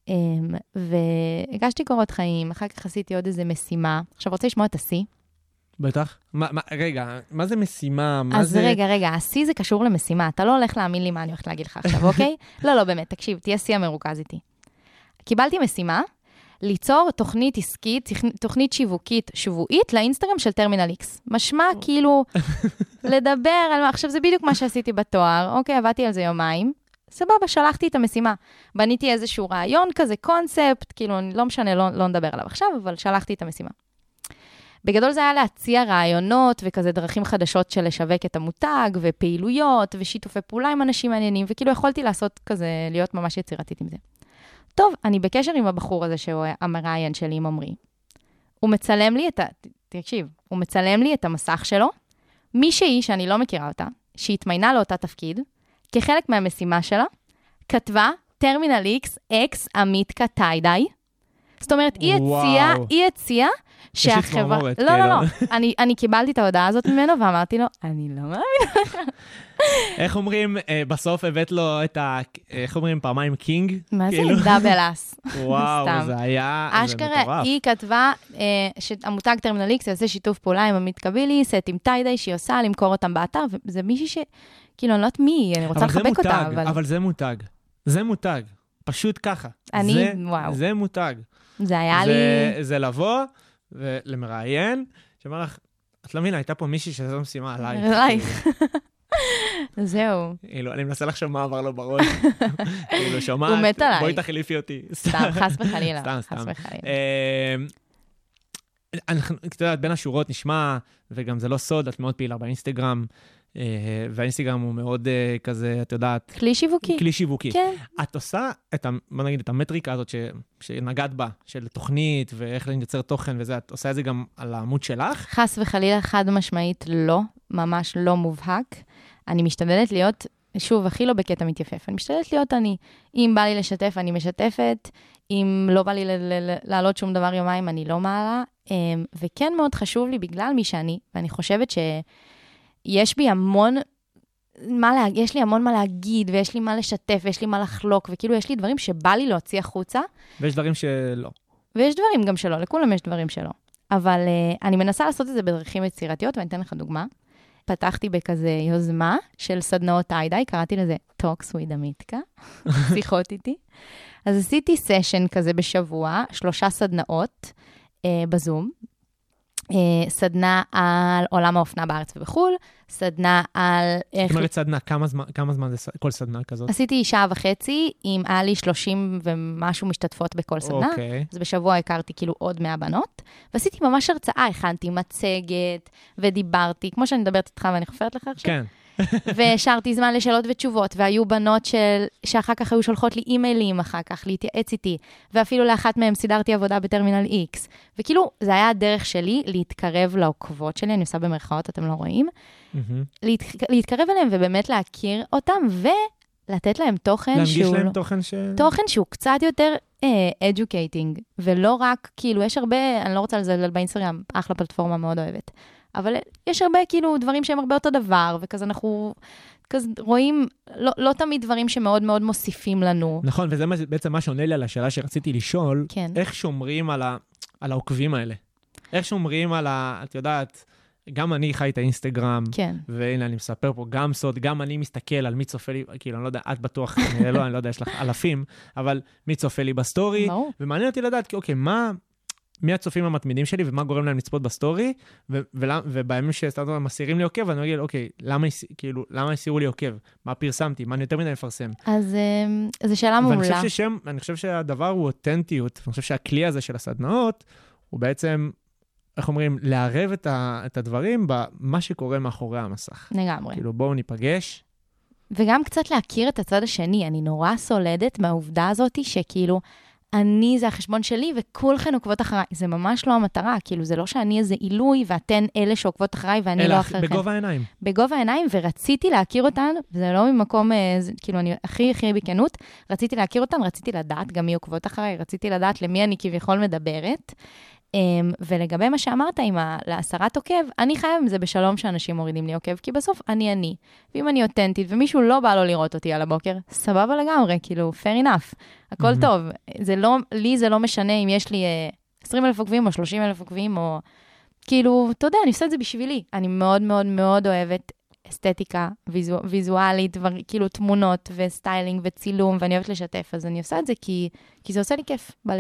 והגשתי קורות חיים, אחר כך עשיתי עוד איזה משימה. עכשיו רוצה לשמוע את השיא? בטח. רגע, מה זה משימה? אז רגע, השיא זה קשור למשימה. אתה לא הולך להאמין לי מה אני הולכת להגיד לך עכשיו, אוקיי? לא, באמת, תקשיב, תהיה שיא המרוכז איתי. קיבלתי משימה, ליצור תוכנית עסקית, תוכנית שיווקית שבועית לאינסטגרם של טרמינל איקס. משמע כאילו לדבר על מה, עכשיו זה בדיוק מה שעשיתי בתואר, אוקיי, עבדתי על זה יומיים, סבבה, שלחתי את המשימה. בניתי איזשהו רעיון כזה, קונספט, כאילו, לא משנה, לא נדבר עליו עכשיו, אבל שלחתי את המשימה. בגדול זה היה להציע רעיונות וכזה דרכים חדשות של לשווק את המותג, ופעילויות, ושיתופי פעולה עם אנשים מעניינים, וכאילו יכולתי לעשות כזה, להיות ממש יצירתית עם זה. טוב, אני בקשר עם הבחור הזה שהוא המראיין שלי עם עמרי. הוא מצלם לי תקשיב, הוא מצלם לי את המסך שלו, מישהי שאני לא מכירה אותה, שהתמיינה לאותה תפקיד, כחלק מהמשימה שלה, כתבה טרמינל איקס אקס עמיתקה טיידיי. זאת אומרת, היא הציעה שהחברה... לא. אני קיבלתי את ההודעה הזאת ממנו, ואמרתי לו, אני לא מאמינה לך. איך אומרים, בסוף הבאת לו את איך אומרים, פעמיים קינג? מה זה? דאבל אס. וואו, זה היה... אשכרה, היא כתבה שהמותג טרמינל איקס יעשה שיתוף פעולה עם עמית קבילי, סט עם טיידיי שהיא עושה, למכור אותם באתר, וזה מישהי ש... כאילו, אני לא יודעת מי, אני רוצה לחבק אותה, אבל... אבל זה מותג. זה מותג. פשוט ככה. וואו. זה מותג. זה היה לי... זה לבוא ולמראיין, שאומר לך, את לא מבינה, הייתה פה מישהי שזו משימה עלייך. עלייך. זהו. אני מנסה לחשוב מה עבר לו בראש. שומעת, הוא מת עליי. בואי תחליפי אותי. סתם, חס וחלילה. סתם. אתה יודעת, בין השורות נשמע, וגם זה לא סוד, את מאוד פעילה באינסטגרם, והאינסטגרם הוא מאוד כזה, את יודעת... כלי שיווקי. כלי שיווקי. כן. את עושה בוא נגיד, את המטריקה הזאת שנגעת בה, של תוכנית, ואיך לייצר תוכן וזה, את עושה את זה גם על העמוד שלך? חס וחלילה, חד משמעית לא, ממש לא מובהק. אני משתדלת להיות, שוב, הכי לא בקטע מתייפף, אני משתדלת להיות אני. אם בא לי לשתף, אני משתפת, אם לא בא לי לעלות שום דבר יומיים, אני לא מעלה. וכן מאוד חשוב לי בגלל מי שאני, ואני חושבת שיש בי המון יש לי המון מה להגיד, ויש לי מה לשתף, ויש לי מה לחלוק, וכאילו יש לי דברים שבא לי להוציא החוצה. ויש דברים שלא. ויש דברים גם שלא, לכולם יש דברים שלא. אבל אני מנסה לעשות את זה בדרכים יצירתיות, ואני אתן לך דוגמה. פתחתי בכזה יוזמה של סדנאות טיידיי, קראתי לזה Talks with עמיתקה, שיחות איתי. אז עשיתי סשן כזה בשבוע, 3 סדנאות בזום, סדנה על עולם האופנה בארץ ובחול, סדנה על... זאת אומרת סדנה, כמה זמן זה כל סדנה כזאת? עשיתי 1.5 שעה, עם היה לי 30 ומשהו משתתפות בכל סדנה, אז בשבוע הכרתי כאילו עוד 100 בנות, ועשיתי ממש הרצאה, הכנתי מצגת, ודיברתי, כמו שאני מדברת איתך ואני חופרת לך עכשיו. כן. והשארתי זמן לשאלות ותשובות, והיו בנות שאחר כך היו שולחות לי אימיילים אחר כך, להתייעץ איתי, ואפילו לאחת מהם סידרתי עבודה בטרמינל איקס. וכאילו, זה היה הדרך שלי להתקרב לעוקבות שלי, אני עושה במרכאות, אתם לא רואים, להתקרב אליהם ובאמת להכיר אותם, ולתת להם תוכן להנגיש להם תוכן שהוא קצת יותר educating, ולא רק, כאילו, יש הרבה, אני לא רוצה לזלזל באינסטגרם, אחלה פלטפורמה מאוד אוהבת. אבל יש הרבה כאילו דברים שהם הרבה אותו דבר, וכזה אנחנו כזה רואים, לא תמיד דברים שמאוד מאוד מוסיפים לנו. נכון, וזה בעצם מה שעונה לי על השאלה שרציתי לשאול, כן. איך שומרים על העוקבים האלה? איך שומרים את יודעת, גם אני חי את האינסטגרם, כן. והנה אני מספר פה גם סוד, גם אני מסתכל על מי צופה לי, כאילו אני לא יודע, את בטוח, אני לא יודע, יש לך אלפים, אבל מי צופה לי בסטורי, ומעניין אותי לדעת, אוקיי, מי הצופים המתמידים שלי, ומה גורם להם לצפות בסטורי, ובימים שסטארט-אפים מסירים לי עוקב, ואני אגיד, אוקיי, למה הסירו לי עוקב? מה פרסמתי? מה אני יותר מדי מפרסם? אז זו שאלה מעולה. ואני חושב שהדבר הוא אותנטיות, ואני חושב שהכלי הזה של הסדנאות, הוא בעצם, איך אומרים, לערב את הדברים במה שקורה מאחורי המסך. לגמרי. כאילו, בואו ניפגש. וגם קצת להכיר את הצד השני. אני נורא סולדת מהעובדה הזאת, שכאילו, זה החשבון שלי, וכולכן עוקבות אחריי. זה ממש לא המטרה, כאילו, זה לא שאני איזה עילוי, ואתן אלה שעוקבות אחריי, ואני לא אחריכן. בגובה העיניים. בגובה העיניים, ורציתי להכיר אותן, וזה לא ממקום, כאילו, אני הכי בכנות, רציתי להכיר אותן, רציתי לדעת גם מי עוקבות אחריי, רציתי לדעת למי אני כביכול מדברת, ולגבי מה שאמרת עם להסרת עוקב, אני חייב עם זה בשלום שאנשים מורידים לי עוקב, כי בסוף אני. ואם אני אותנטית, ומישהו לא בא לו לראות אותי על הבוקר, סבבה לגמרי, כאילו, fair enough. הכל טוב. לי זה לא משנה אם יש לי 20,000 עוקבים או 30,000 עוקבים, או כאילו, אתה יודע, אני עושה את זה בשבילי. אני מאוד מאוד מאוד אוהבת אסתטיקה, ויזואלית, כאילו תמונות וסטיילינג וצילום, ואני אוהבת לשתף, אז אני עושה את זה כי זה עושה לי כיף בלב.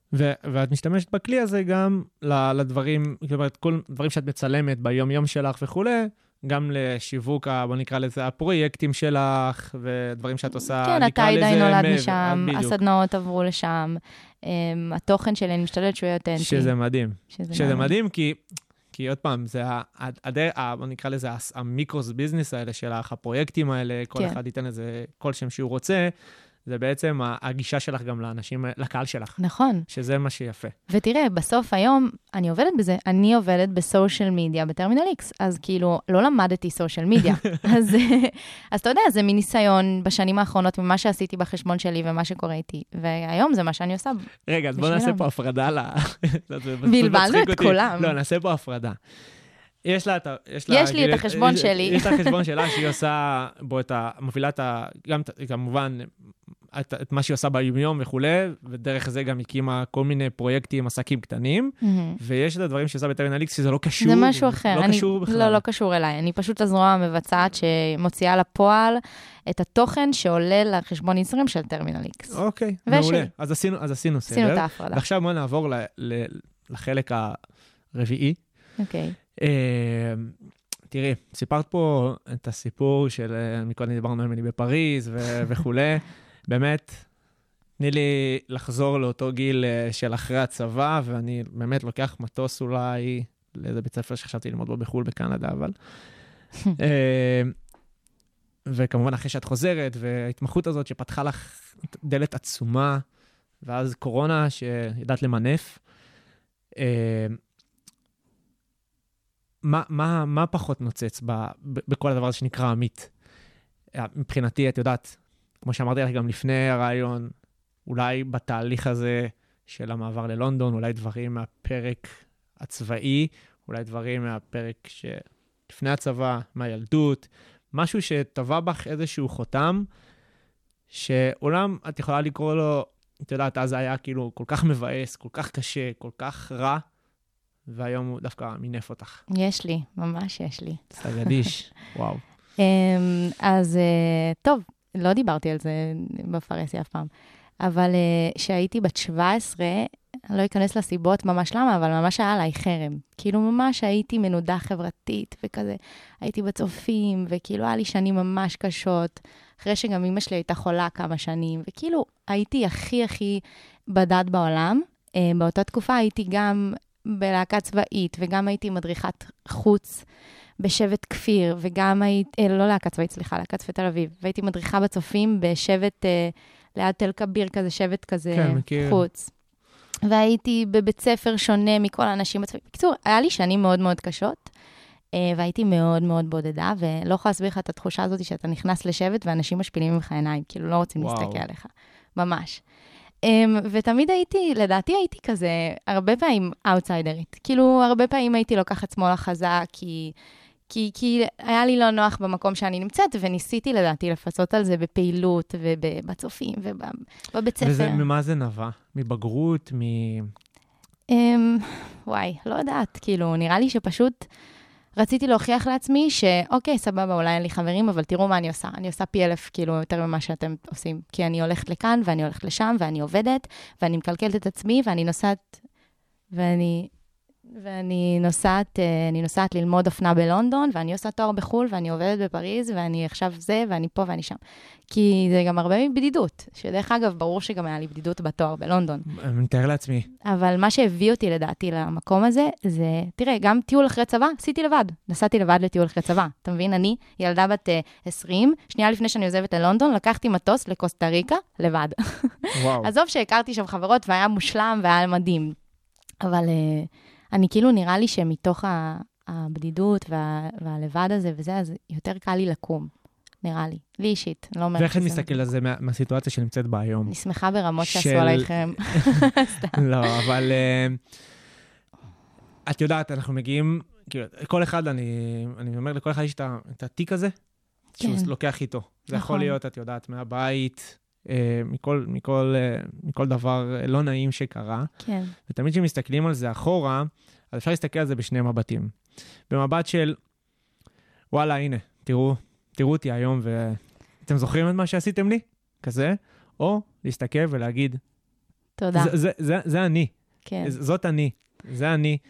ואת משתמשת בכלי הזה גם לדברים, כלומר, כל דברים שאת מצלמת ביום-יום שלך וכולי, גם לשיווק, בוא נקרא לזה, הפרויקטים שלך, ודברים שאת עושה, כן, הטיידיי נולד משם, הסדנאות עברו לשם, התוכן שלי, אני משתדלת שהוא יהיה אותנטי. שזה מדהים. שזה מדהים, כי עוד פעם, זה בוא נקרא לזה, המיקרוס ביזנס האלה שלך, הפרויקטים האלה, כל אחד ייתן לזה כל שם שהוא רוצה, זה בעצם הגישה שלך גם לאנשים, לקהל שלך. נכון. שזה מה שיפה. ותראה, בסוף היום, אני עובדת בזה, אני עובדת בסושיאל מדיה, בטרמינל X, אז כאילו, לא למדתי סושיאל מדיה. אז אתה יודע, זה מניסיון בשנים האחרונות, ממה שעשיתי בחשבון שלי ומה שקורה איתי. והיום זה מה שאני עושה. רגע, אז בוא נעשה פה הפרדה בלבלנו את כולם. לא, נעשה פה הפרדה. יש לי את החשבון שלי. יש לה חשבון שלה שהיא עושה בו מובילה גם כמובן את מה שהיא עושה ביום וכולי, ודרך זה גם הקימה כל מיני פרויקטים, עסקים קטנים, ויש את הדברים שהיא עושה בטרמינל X שזה לא קשור. זה משהו אחר. לא קשור בכלל. לא קשור אליי. אני פשוט הזרוע המבצעת שמוציאה לפועל את התוכן שעולה לחשבון יצרים של טרמינל X. אוקיי, מעולה. אז עשינו סדר. עשינו את ההפרדה. ועכשיו בואו נעבור לחלק הרביעי. אוקיי. תראי, סיפרת פה את הסיפור של, מקודם דיברנו על מני בפריז וכולי, באמת, תני לי לחזור לאותו גיל של אחרי הצבא, ואני באמת לוקח מטוס אולי לאיזה בית ספר שחשבתי ללמוד בו בחול בקנדה, אבל... וכמובן אחרי שאת חוזרת, וההתמחות הזאת שפתחה לך דלת עצומה, ואז קורונה שידעת למנף, מה פחות נוצץ בכל הדבר הזה שנקרא עמית? מבחינתי, את יודעת, כמו שאמרתי לך גם לפני הרעיון, אולי בתהליך הזה של המעבר ללונדון, אולי דברים מהפרק הצבאי, אולי דברים מהפרק שלפני הצבא, מהילדות, משהו שטבע בך איזשהו חותם, שעולם את יכולה לקרוא לו, את יודעת, אז היה כאילו כל כך מבאס, כל כך קשה, כל כך רע, והיום הוא דווקא מינף אותך. יש לי, ממש יש לי. סגדיש, וואו. אז טוב, לא דיברתי על זה בפרסי אף פעם, אבל שהייתי בת 17, אני לא אכנס לסיבות ממש למה, אבל ממש היה עליי חרם. כאילו ממש הייתי מנודה חברתית וכזה, הייתי בצופים, וכאילו היה לי שנים ממש קשות, אחרי שגם אמא שלי הייתה חולה כמה שנים, וכאילו הייתי הכי בדד בעולם. באותה תקופה הייתי גם בלהקה צבאית, וגם הייתי מדריכת חוץ בשבט כפיר, וגם הייתי, לא להקה צבאית, סליחה, להקה צבאית תל אביב, והייתי מדריכה בצופים בשבט ליד תל כביר כזה, שבט כזה חוץ. והייתי בבית ספר שונה מכל האנשים בצבאית. בקיצור, היה לי שנים מאוד מאוד קשות, והייתי מאוד מאוד בודדה, ולא יכולה להסביר לך את התחושה הזאת שאתה נכנס לשבט, ואנשים משפילים ממך עיניים, כאילו לא רוצים להסתכל עליך. ממש. ותמיד לדעתי הייתי כזה, הרבה פעמים אאוטסיידרית. כאילו, הרבה פעמים הייתי לוקחת שמאלה חזק, כי היה לי לא נוח במקום שאני נמצאת, וניסיתי לדעתי לפצות על זה בפעילות, ובצופים, ובבית ספר. וזה, ממה זה נבע? מבגרות? וואי, לא יודעת. כאילו, נראה לי שפשוט רציתי להוכיח לעצמי שאוקיי, סבבה, אולי אין לי חברים, אבל תראו מה אני עושה. אני עושה פי אלף, כאילו, יותר ממה שאתם עושים. כי אני הולכת לכאן, ואני הולכת לשם, ואני עובדת, ואני מקלקלת את עצמי, ואני נוסעת, ואני נוסעת ללמוד אופנה בלונדון, ואני עושה תואר בחול, ואני עובדת בפריז, ואני עכשיו זה, ואני פה ואני שם. כי זה גם הרבה בדידות, שדרך אגב, ברור שגם היה לי בדידות בתואר בלונדון. אני מתאר לעצמי. אבל מה שהביא אותי לדעתי למקום הזה, זה, תראה, גם טיול אחרי צבא, עשיתי לבד. נסעתי לבד לטיול אחרי צבא. אתה מבין? אני, ילדה בת 20, שנייה לפני שאני עוזבת ללונדון, לקחתי מטוס לקוסטה ריקה, לבד. וואו. עזוב שהכרתי שם חברות, והיה מושלם והיה מדהים. אבל אני כאילו נראה לי שמתוך הבדידות והלבד הזה וזה, אז יותר קל לי לקום, נראה לי. לי אישית, לא אומרת. ואיך את מסתכל על זה מהסיטואציה שנמצאת בה היום? אני שמחה ברמות שעשו עליכם. לא, אבל את יודעת, אנחנו מגיעים, כאילו, כל אחד, אני אומר לכל אחד יש את התיק הזה, שהוא לוקח איתו. זה יכול להיות, את יודעת, מהבית, מכל דבר לא נעים שקרה. כן. ותמיד כשמסתכלים על זה אחורה, אז אפשר להסתכל על זה בשני מבטים. במבט של, וואלה, הנה, תראו אותי היום, ואתם זוכרים את מה שעשיתם לי? כזה, או להסתכל ולהגיד, תודה. זה אני. כן. זאת אני. זה אני.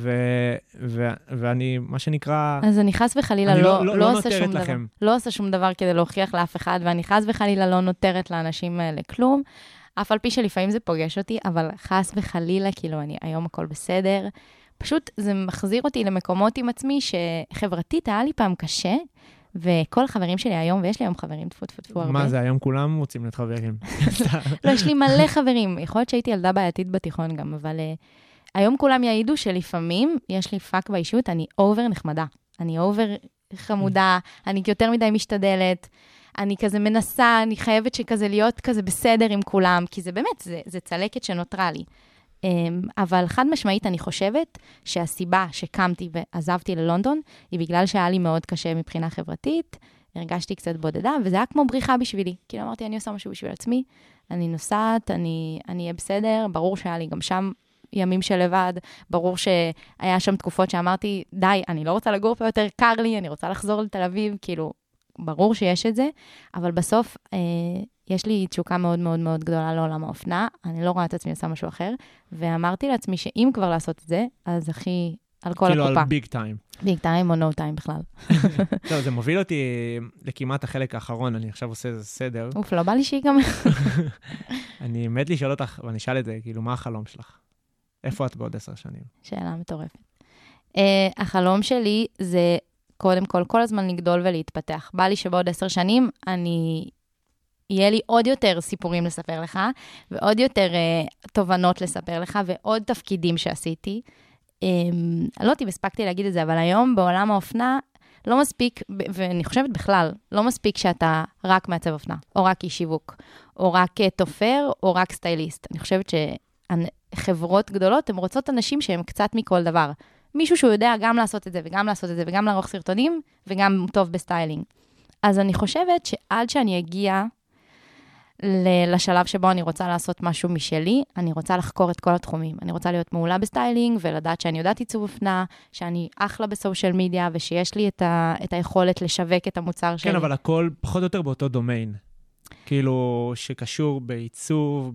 ואני, מה שנקרא... אז אני חס וחלילה לא עושה שום דבר. לכם. לא עושה שום דבר כדי להוכיח לאף אחד, ואני חס וחלילה לא נותרת לאנשים האלה כלום. אף על פי שלפעמים זה פוגש אותי, אבל חס וחלילה, כאילו, היום הכל בסדר. פשוט זה מחזיר אותי למקומות עם עצמי, שחברתית היה לי פעם קשה, וכל החברים שלי היום, ויש לי היום חברים, טפו הרבה. מה זה, היום כולם רוצים להיות חברים? לא, יש לי מלא חברים. יכול להיות שהייתי ילדה בעייתית בתיכון גם, אבל היום כולם יעידו שלפעמים יש לי פאק באישיות, אני אובר נחמדה. אני אובר חמודה, אני יותר מדי משתדלת, אני כזה מנסה, אני חייבת שכזה להיות כזה בסדר עם כולם, כי זה באמת, זה צלקת שנותרה לי. אבל חד משמעית אני חושבת שהסיבה שקמתי ועזבתי ללונדון, היא בגלל שהיה לי מאוד קשה מבחינה חברתית, הרגשתי קצת בודדה, וזה היה כמו בריחה בשבילי. כאילו אמרתי, אני עושה משהו בשביל עצמי, אני נוסעת, אני אהיה בסדר, ברור שהיה לי גם שם ימים של לבד, ברור שהיה שם תקופות שאמרתי, די, אני לא רוצה לגור פה יותר, קר לי, אני רוצה לחזור לתל אביב, כאילו, ברור שיש את זה, אבל בסוף יש לי תשוקה מאוד מאוד מאוד גדולה לעולם האופנה, אני לא רואה את עצמי עושה משהו אחר, ואמרתי לעצמי שאם כבר לעשות את זה, אז הכי על כל הקופה. כאילו על ביג טיים. ביג טיים או נו טיים בכלל. לא, זה מוביל אותי לכמעט החלק האחרון, אני עכשיו עושה איזה סדר. אוף, לא בא לי שיגמר. אני מת לשאול אותך, ואני אשאל את זה, כאילו, מה החלום שלך? איפה את בעוד 10 שנים? שאלה מטורפת. החלום שלי זה קודם כל הזמן לגדול ולהתפתח. בא לי שבעוד 10 שנים יהיה לי עוד יותר סיפורים לספר לך, ועוד יותר תובנות לספר לך, ועוד תפקידים שעשיתי. לא אותי, הספקתי להגיד את זה, אבל היום בעולם האופנה, לא מספיק, ואני חושבת בכלל, לא מספיק שאתה רק מעצב אופנה, או רק איש שיווק, או רק תופר, או רק סטייליסט. אני חושבת שחברות גדולות, הן רוצות אנשים שהם קצת מכל דבר. מישהו שהוא יודע גם לעשות את זה, וגם לעשות את זה, וגם לערוך סרטונים, וגם טוב בסטיילינג. אז אני חושבת שעד שאני אגיע לשלב שבו אני רוצה לעשות משהו משלי, אני רוצה לחקור את כל התחומים. אני רוצה להיות מעולה בסטיילינג, ולדעת שאני יודעת עיצוב אופנה, שאני אחלה בסושיאל מדיה, ושיש לי את היכולת לשווק את המוצר שלי. כן, אבל הכל פחות או יותר באותו דומיין. כאילו, שקשור בעיצוב,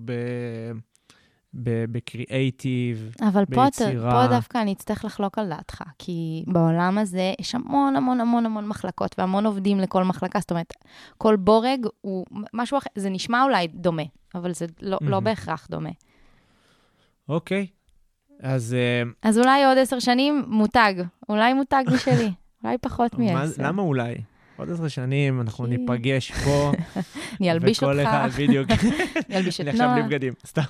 בקריאייטיב, אבל ביצירה. פה דווקא אני אצטרך לחלוק על דעתך, כי בעולם הזה יש המון המון המון המון מחלקות, והמון עובדים לכל מחלקה, זאת אומרת, כל בורג הוא משהו אחר, זה נשמע אולי דומה, אבל זה לא בהכרח דומה. אוקיי, אז אולי עוד 10 שנים מותג, אולי מותג משלי, אולי פחות מ-10. למה אולי? עוד 10 שנים אנחנו ניפגש פה. אני אלביש אותך. וכל אחד, בדיוק. אני אלביש את אני נועה. עכשיו בלי בגדים, סתם.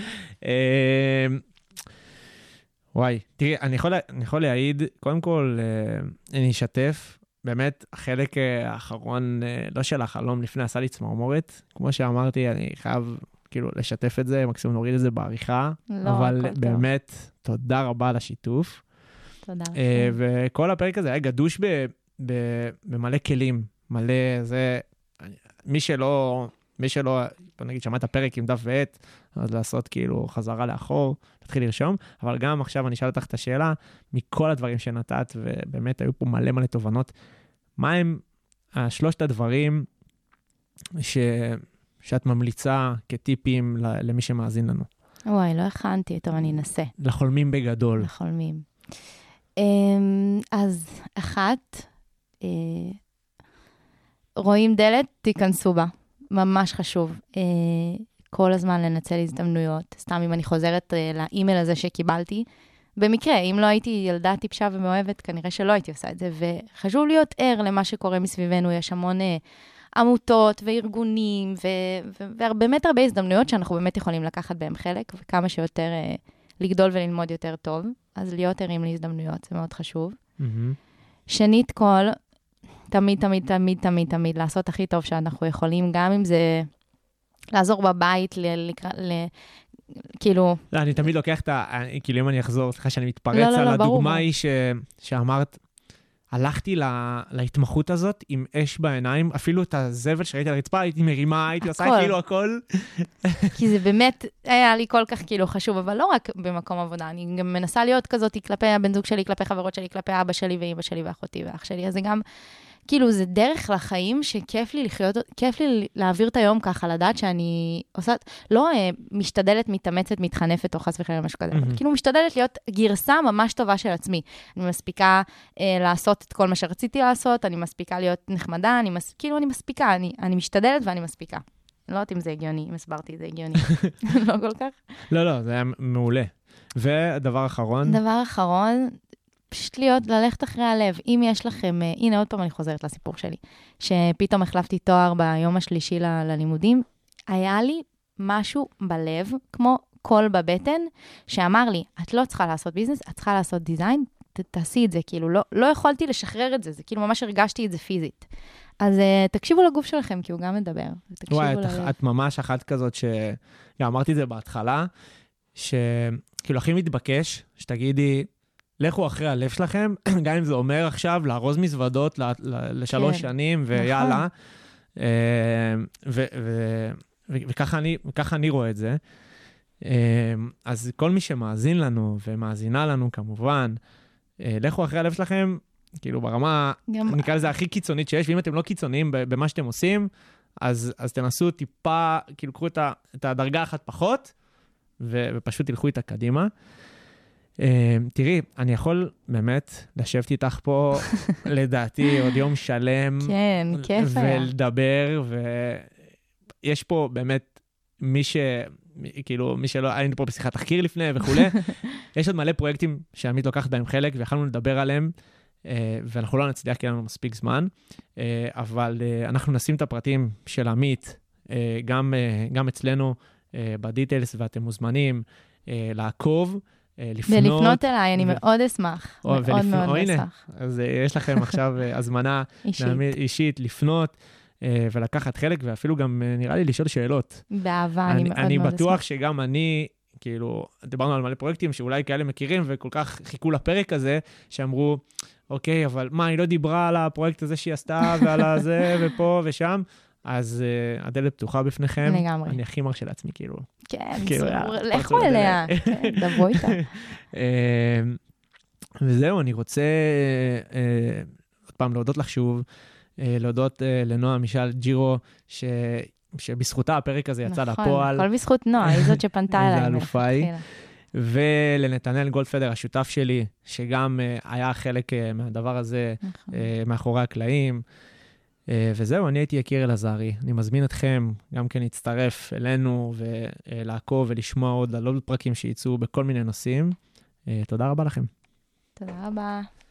וואי, תראי, אני יכול להעיד, קודם כל, אני אשתף, באמת, החלק האחרון, לא של החלום לפני, עשה לי צמרמורת. כמו שאמרתי, אני חייב כאילו לשתף את זה, מקסימום נוריד את זה בעריכה. לא, אבל הכל טוב. באמת, תודה רבה על השיתוף. תודה. וכל הפרק הזה היה גדוש במלא כלים, מלא זה, מי שלא, בוא נגיד, שמע את הפרק עם דף ועט, אז לעשות כאילו חזרה לאחור, להתחיל לרשום, אבל גם עכשיו אני אשאל אותך את השאלה, מכל הדברים שנתת, ובאמת היו פה מלא מלא תובנות, מה הם 3 הדברים שאת ממליצה כטיפים למי שמאזין לנו? וואי, לא הכנתי, טוב, אני אנסה. לחולמים בגדול. לחולמים. אז 1, רואים דלת, תיכנסו בה. ממש חשוב. כל הזמן לנצל הזדמנויות. סתם אם אני חוזרת לאימייל הזה שקיבלתי, במקרה, אם לא הייתי ילדה טיפשה ומאוהבת, כנראה שלא הייתי עושה את זה. וחשוב להיות ער למה שקורה מסביבנו. יש המון עמותות וארגונים, ובאמת הרבה הזדמנויות שאנחנו באמת יכולים לקחת בהם חלק, וכמה שיותר לגדול וללמוד יותר טוב. אז להיות ערים להזדמנויות, זה מאוד חשוב. שנית כל, תמיד לעשות הכי טוב שאנחנו יכולים, גם אם זה לעזור בבית, כאילו... לא, אני תמיד לוקח כאילו אם אני אחזור, סליחה שאני מתפרץ על הדוגמה היא שאמרת, הלכתי להתמחות הזאת עם אש בעיניים, אפילו את הזבל שראיתי על הרצפה, הייתי מרימה, הייתי עושה כאילו הכל. כי זה באמת היה לי כל כך כאילו חשוב, אבל לא רק במקום עבודה, אני גם מנסה להיות כזאת כלפי הבן זוג שלי, כלפי חברות שלי, כלפי אבא שלי ואמא שלי ואחותי ואח שלי, אז זה גם כאילו, זה דרך לחיים שכיף לי לחיות, כיף לי להעביר את היום ככה, לדעת שאני עושה, לא משתדלת, מתאמצת, מתחנפת, או חס וחלילה משהו כזה, אבל כאילו משתדלת להיות גרסה ממש טובה של עצמי. אני מספיקה לעשות את כל מה שרציתי לעשות, אני מספיקה להיות נחמדה, כאילו אני מספיקה, אני משתדלת ואני מספיקה. לא יודעת אם זה הגיוני, אם הסברתי, זה הגיוני. לא כל כך. לא, זה היה מעולה. ודבר אחרון? דבר אחרון, פשוט ללכת אחרי הלב. אם יש לכם, הנה עוד פעם אני חוזרת לסיפור שלי, שפתאום החלפתי תואר ביום השלישי ללימודים, היה לי משהו בלב, כמו קול בבטן, שאמר לי, את לא צריכה לעשות ביזנס, את צריכה לעשות דיזיין, תעשי את זה, כאילו לא יכולתי לשחרר את זה, זה כאילו ממש הרגשתי את זה פיזית. אז תקשיבו לגוף שלכם, כי הוא גם מדבר. וואי, את ממש אחת כזאת אמרתי את זה בהתחלה, שכאילו הכי מתבקש, שתגידי, לכו אחרי הלב שלכם, גם אם זה אומר עכשיו לארוז מזוודות לשלוש שנים, ויאללה. וככה אני רואה את זה. אז כל מי שמאזין לנו, ומאזינה לנו כמובן, לכו אחרי הלב שלכם, כאילו ברמה, נקרא לזה הכי קיצונית שיש, ואם אתם לא קיצוניים במה שאתם עושים, אז תנסו טיפה, כאילו קחו את הדרגה אחת פחות, ופשוט תלכו איתה קדימה. תראי, אני יכול באמת לשבת איתך פה, לדעתי, עוד יום שלם, כן, כיף היה. ולדבר, ויש פה באמת מי שלא, היינו פה בשיחת תחקיר לפני וכו', יש עוד מלא פרויקטים שעמית לוקחת בהם חלק, ויכולנו לדבר עליהם, ואנחנו לא נצליח כי אין לנו מספיק זמן, אבל אנחנו נשים את הפרטים של עמית, גם אצלנו בדיטיילס, ואתם מוזמנים לעקוב, לפנות אליי, אני מאוד אשמח. מאוד מאוד אשמח. אז יש לכם עכשיו הזמנה אישית לפנות, ולקחת חלק, ואפילו גם נראה לי לשאול שאלות. באהבה, אני מאוד מאוד אשמח. אני בטוח שגם אני, כאילו, דיברנו על מלא פרויקטים שאולי כאלה מכירים, וכל כך חיכו לפרק הזה, שאמרו, אוקיי, אבל מה, היא לא דיברה על הפרויקט הזה שהיא עשתה, ועל הזה, ופה ושם, אז הדלת פתוחה בפניכם. לגמרי. אני הכי מרשה לעצמי, כאילו. כן, לכו אליה. דברו איתה. וזהו, אני רוצה עוד פעם להודות לך שוב, להודות לנועה מישל ג'ירו, שבזכותה הפרק הזה יצא לפועל. נכון, הכל בזכות נועה, היא זאת שפנתה אליי. זה אלופה היא. ולנתנאל גולדפדר, השותף שלי, שגם היה חלק מהדבר הזה, מאחורי הקלעים. וזהו, אני הייתי יקיר אלעזרי. אני מזמין אתכם גם כן להצטרף אלינו, ולעקוב ולשמוע עוד על עוד פרקים שייצאו בכל מיני נושאים. תודה רבה לכם. תודה רבה.